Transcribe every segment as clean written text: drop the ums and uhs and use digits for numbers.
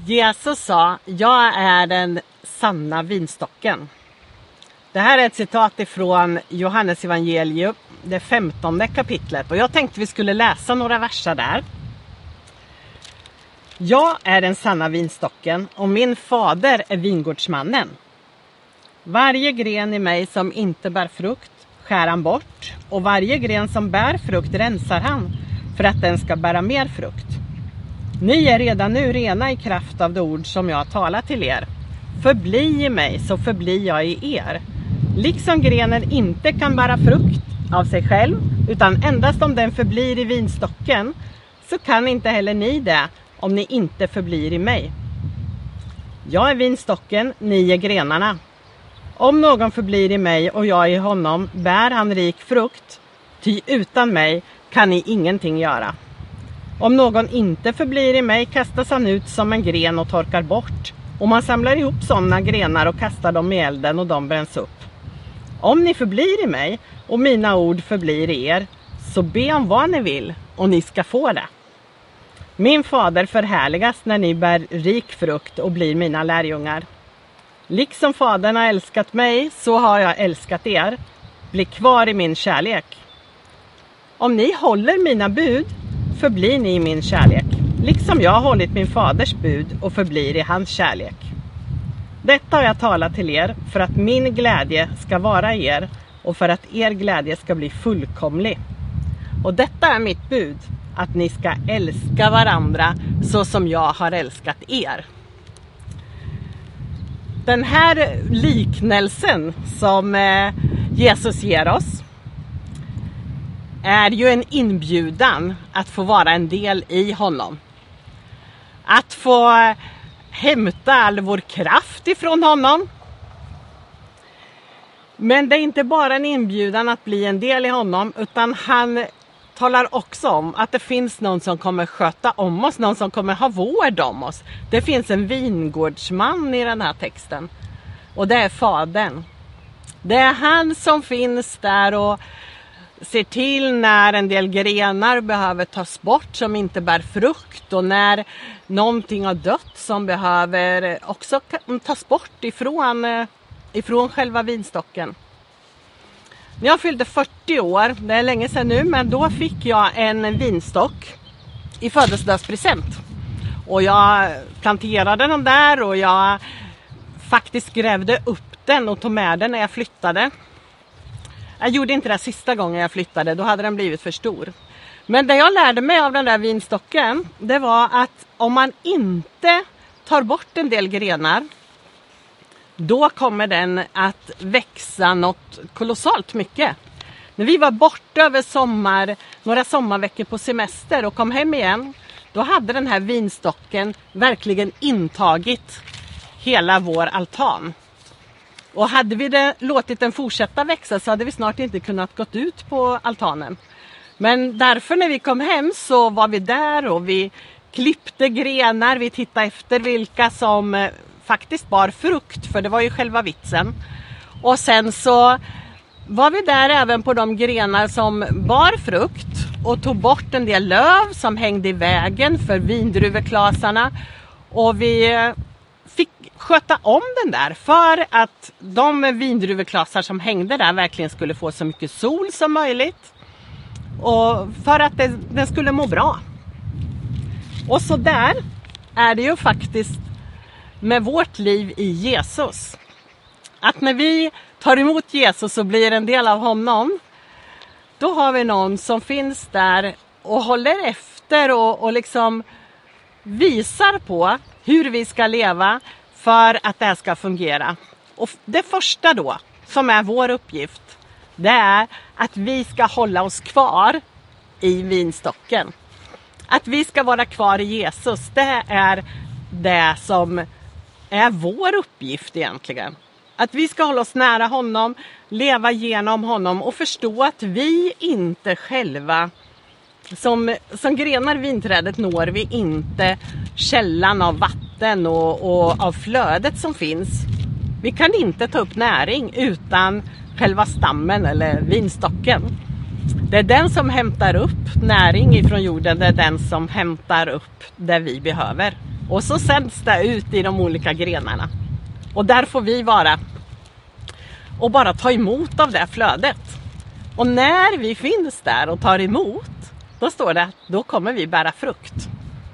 Jesus sa, jag är den sanna vinstocken. Det här är ett citat ifrån Johannes evangelium, det 15:e kapitlet. Och jag tänkte vi skulle läsa några verser där. Jag är den sanna vinstocken och min fader är vingårdsmannen. Varje gren i mig som inte bär frukt skär han bort. Och varje gren som bär frukt rensar han för att den ska bära mer frukt. Ni är redan nu rena i kraft av det ord som jag talar till er. Förbli i mig så förblir jag i er. Liksom grenen inte kan bära frukt av sig själv utan endast om den förblir i vinstocken, så kan inte heller ni det om ni inte förblir i mig. Jag är vinstocken, ni är grenarna. Om någon förblir i mig och jag i honom bär han rik frukt, ty utan mig kan ni ingenting göra. Om någon inte förblir i mig kastas han ut som en gren och torkar bort. Och man samlar ihop sådana grenar och kastar dem i elden och de bränns upp. Om ni förblir i mig och mina ord förblir i er, så be om vad ni vill och ni ska få det. Min fader förhärligas när ni bär rik frukt och blir mina lärjungar. Liksom fadern har älskat mig så har jag älskat er. Bli kvar i min kärlek. Om ni håller mina bud förblir ni i min kärlek. Liksom jag har hållit min faders bud och förblir i hans kärlek. Detta har jag talat till er för att min glädje ska vara er och för att er glädje ska bli fullkomlig. Och detta är mitt bud, att ni ska älska varandra så som jag har älskat er. Den här liknelsen som Jesus ger oss är ju en inbjudan att få vara en del i honom. Att få hämta all vår kraft ifrån honom. Men det är inte bara en inbjudan att bli en del i honom, utan han talar också om att det finns någon som kommer sköta om oss, någon som kommer ha vård om oss. Det finns en vingårdsman i den här texten och det är fadern. Det är han som finns där och ser till när en del grenar behöver tas bort som inte bär frukt och när någonting har dött som behöver också tas bort ifrån själva vinstocken. När jag fyllde 40 år, det är länge sedan nu, men då fick jag en vinstock i födelsedagspresent. Och jag planterade den där och jag faktiskt grävde upp den och tog med den när jag flyttade. Jag gjorde inte det sista gången jag flyttade, då hade den blivit för stor. Men det jag lärde mig av den där vinstocken, det var att om man inte tar bort en del grenar, då kommer den att växa något kolossalt mycket. När vi var borta över några sommarveckor på semester och kom hem igen, då hade den här vinstocken verkligen intagit hela vår altan. Och hade vi låtit den fortsätta växa så hade vi snart inte kunnat gått ut på altanen. Men därför när vi kom hem så var vi där och vi klippte grenar, vi tittade efter vilka som faktiskt bar frukt, för det var ju själva vitsen. Och sen så var vi där även på de grenar som bar frukt och tog bort en del löv som hängde i vägen för vindruveklasarna. Och vi fick sköta om den där för att de vindruveklasar som hängde där verkligen skulle få så mycket sol som möjligt. Och för att den skulle må bra. Och så där är det ju faktiskt med vårt liv i Jesus. Att när vi tar emot Jesus och blir en del av honom, då har vi någon som finns där och håller efter och liksom visar på hur vi ska leva för att det här ska fungera. Och det första då, som är vår uppgift, det är att vi ska hålla oss kvar i vinstocken. Att vi ska vara kvar i Jesus, det är det som är vår uppgift egentligen. Att vi ska hålla oss nära honom, leva genom honom och förstå att vi inte själva, som grenar vinträdet, når vi inte källan av vatten och av flödet som finns. Vi kan inte ta upp näring utan själva stammen eller vinstocken. Det är den som hämtar upp näring ifrån jorden, det är den som hämtar upp det vi behöver. Och så sänds det ut i de olika grenarna. Och där får vi vara och bara ta emot av det flödet. Och när vi finns där och tar emot, då står det att då kommer vi bära frukt.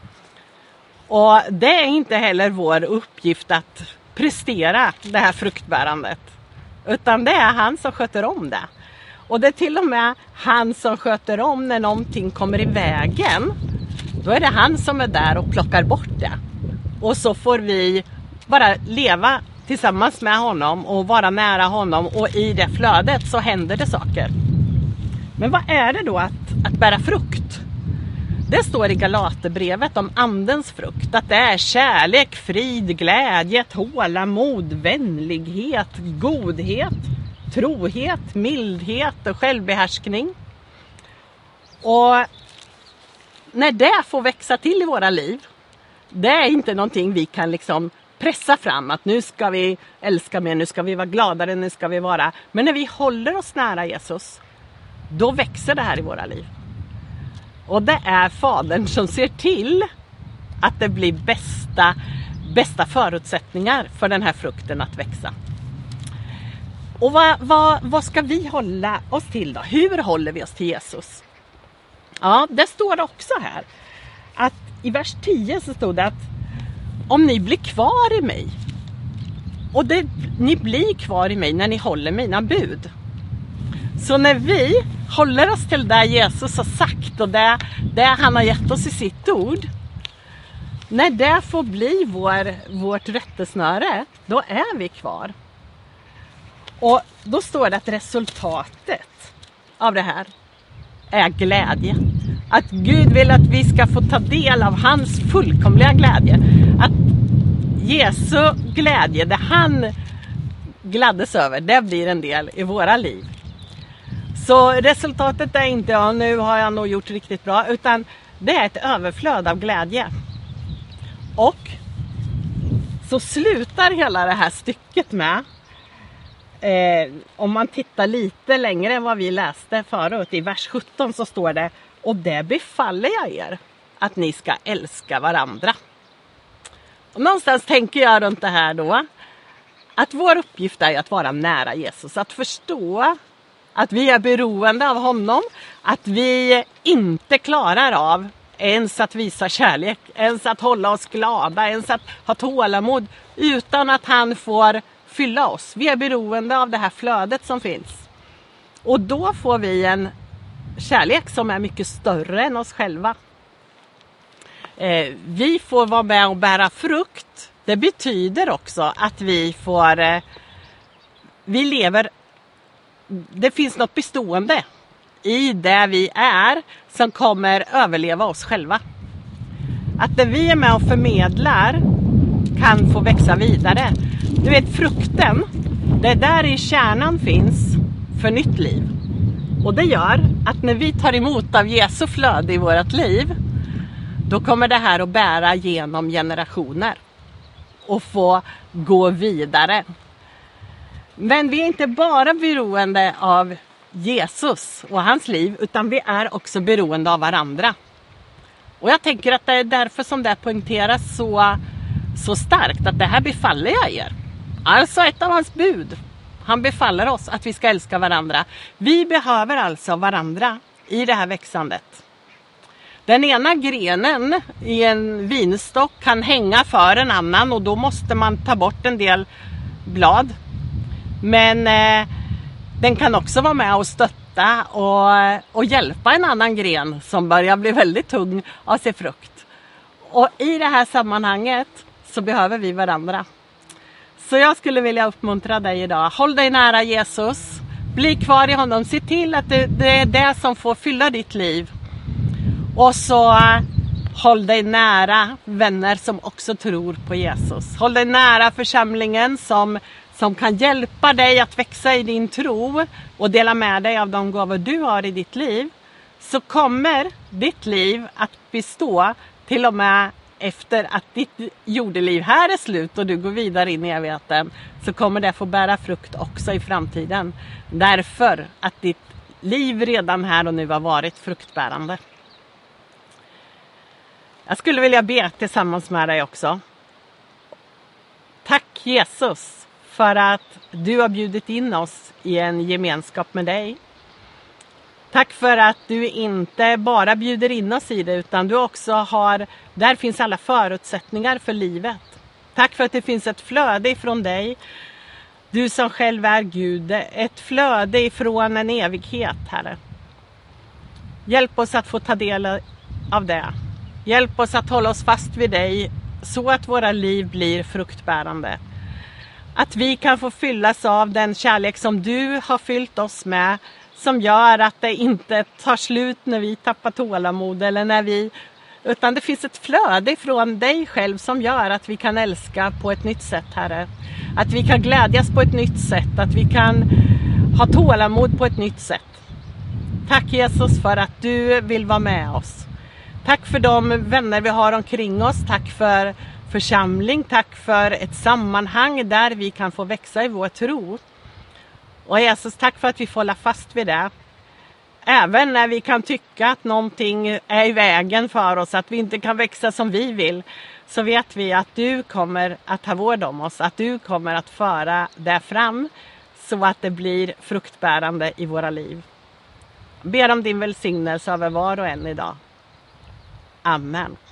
Och det är inte heller vår uppgift att prestera det här fruktbärandet. Utan det är han som sköter om det. Och det är till och med han som sköter om när någonting kommer i vägen. Då är det han som är där och plockar bort det. Och så får vi bara leva tillsammans med honom och vara nära honom. Och i det flödet så händer det saker. Men vad är det då att bära frukt? Det står i Galaterbrevet om andens frukt. Att det är kärlek, frid, glädje, tålamod, vänlighet, godhet, trohet, mildhet och självbehärskning. Och när det får växa till i våra liv, det är inte någonting vi kan liksom pressa fram. Att nu ska vi älska mer, nu ska vi vara gladare, nu ska vi vara. Men när vi håller oss nära Jesus, då växer det här i våra liv. Och det är Fadern som ser till att det blir bästa förutsättningar för den här frukten att växa. Och vad ska vi hålla oss till då? Hur håller vi oss till Jesus? Ja, det står också här. Att i vers 10 så stod det att om ni blir kvar i mig. Och ni blir kvar i mig när ni håller mina bud. Så när vi håller oss till det Jesus har sagt och det han har gett oss i sitt ord. När det får bli vårt rättesnöre, då är vi kvar. Och då står det att resultatet av det här är glädje. Att Gud vill att vi ska få ta del av hans fullkomliga glädje. Att Jesu glädje, det han gladdes över, det blir en del i våra liv. Så resultatet är inte, nu har jag nog gjort riktigt bra, utan det är ett överflöd av glädje. Och så slutar hela det här stycket med, om man tittar lite längre än vad vi läste förut, i vers 17 så står det: och det befaller jag er, att ni ska älska varandra. Och någonstans tänker jag runt det här då, att vår uppgift är att vara nära Jesus, att förstå att vi är beroende av honom, att vi inte klarar av ens att visa kärlek, ens att hålla oss glada, ens att ha tålamod utan att han får fylla oss. Vi är beroende av det här flödet som finns. Och då får vi en kärlek som är mycket större än oss själva. Vi får vara med och bära frukt. Det betyder också att vi lever. Det finns något bestående i det vi är som kommer överleva oss själva. Att det vi är med och förmedlar kan få växa vidare. Du vet, frukten, det är där i kärnan finns för nytt liv. Och det gör att när vi tar emot av Jesu flöde i vårt liv, då kommer det här att bära genom generationer och få gå vidare. Men vi är inte bara beroende av Jesus och hans liv, utan vi är också beroende av varandra. Och jag tänker att det är därför som det poängteras så starkt att det här befaller jag er. Alltså ett av hans bud. Han befaller oss att vi ska älska varandra. Vi behöver alltså varandra i det här växandet. Den ena grenen i en vinstock kan hänga för en annan och då måste man ta bort en del blad. Men den kan också vara med och stötta och hjälpa en annan gren som börjar bli väldigt tung av sin frukt. Och i det här sammanhanget så behöver vi varandra. Så jag skulle vilja uppmuntra dig idag. Håll dig nära Jesus. Bli kvar i honom. Se till att det är det som får fylla ditt liv. Och så håll dig nära vänner som också tror på Jesus. Håll dig nära församlingen som kan hjälpa dig att växa i din tro och dela med dig av de gåvor du har i ditt liv. Så kommer ditt liv att bestå till och med efter att ditt jordeliv här är slut och du går vidare in i evigheten, så kommer det få bära frukt också i framtiden. Därför att ditt liv redan här och nu har varit fruktbärande. Jag skulle vilja be tillsammans med dig också. Tack Jesus för att du har bjudit in oss i en gemenskap med dig. Tack för att du inte bara bjuder in oss i det, utan du också har, där finns alla förutsättningar för livet. Tack för att det finns ett flöde ifrån dig. Du som själv är Gud, ett flöde ifrån en evighet, Herre. Hjälp oss att få ta del av det. Hjälp oss att hålla oss fast vid dig så att våra liv blir fruktbärande. Att vi kan få fyllas av den kärlek som du har fyllt oss med, som gör att det inte tar slut när vi tappar tålamod eller utan det finns ett flöde från dig själv som gör att vi kan älska på ett nytt sätt, Herre. Att vi kan glädjas på ett nytt sätt, att vi kan ha tålamod på ett nytt sätt. Tack Jesus för att du vill vara med oss. Tack för de vänner vi har omkring oss. Tack för församling. Tack för ett sammanhang där vi kan få växa i vår tro. Och Jesus, tack för att vi får hålla fast vid det. Även när vi kan tycka att någonting är i vägen för oss, att vi inte kan växa som vi vill, så vet vi att du kommer att ta vård om oss. Att du kommer att föra det fram så att det blir fruktbärande i våra liv. Jag ber om din välsignelse över var och en idag. Amen.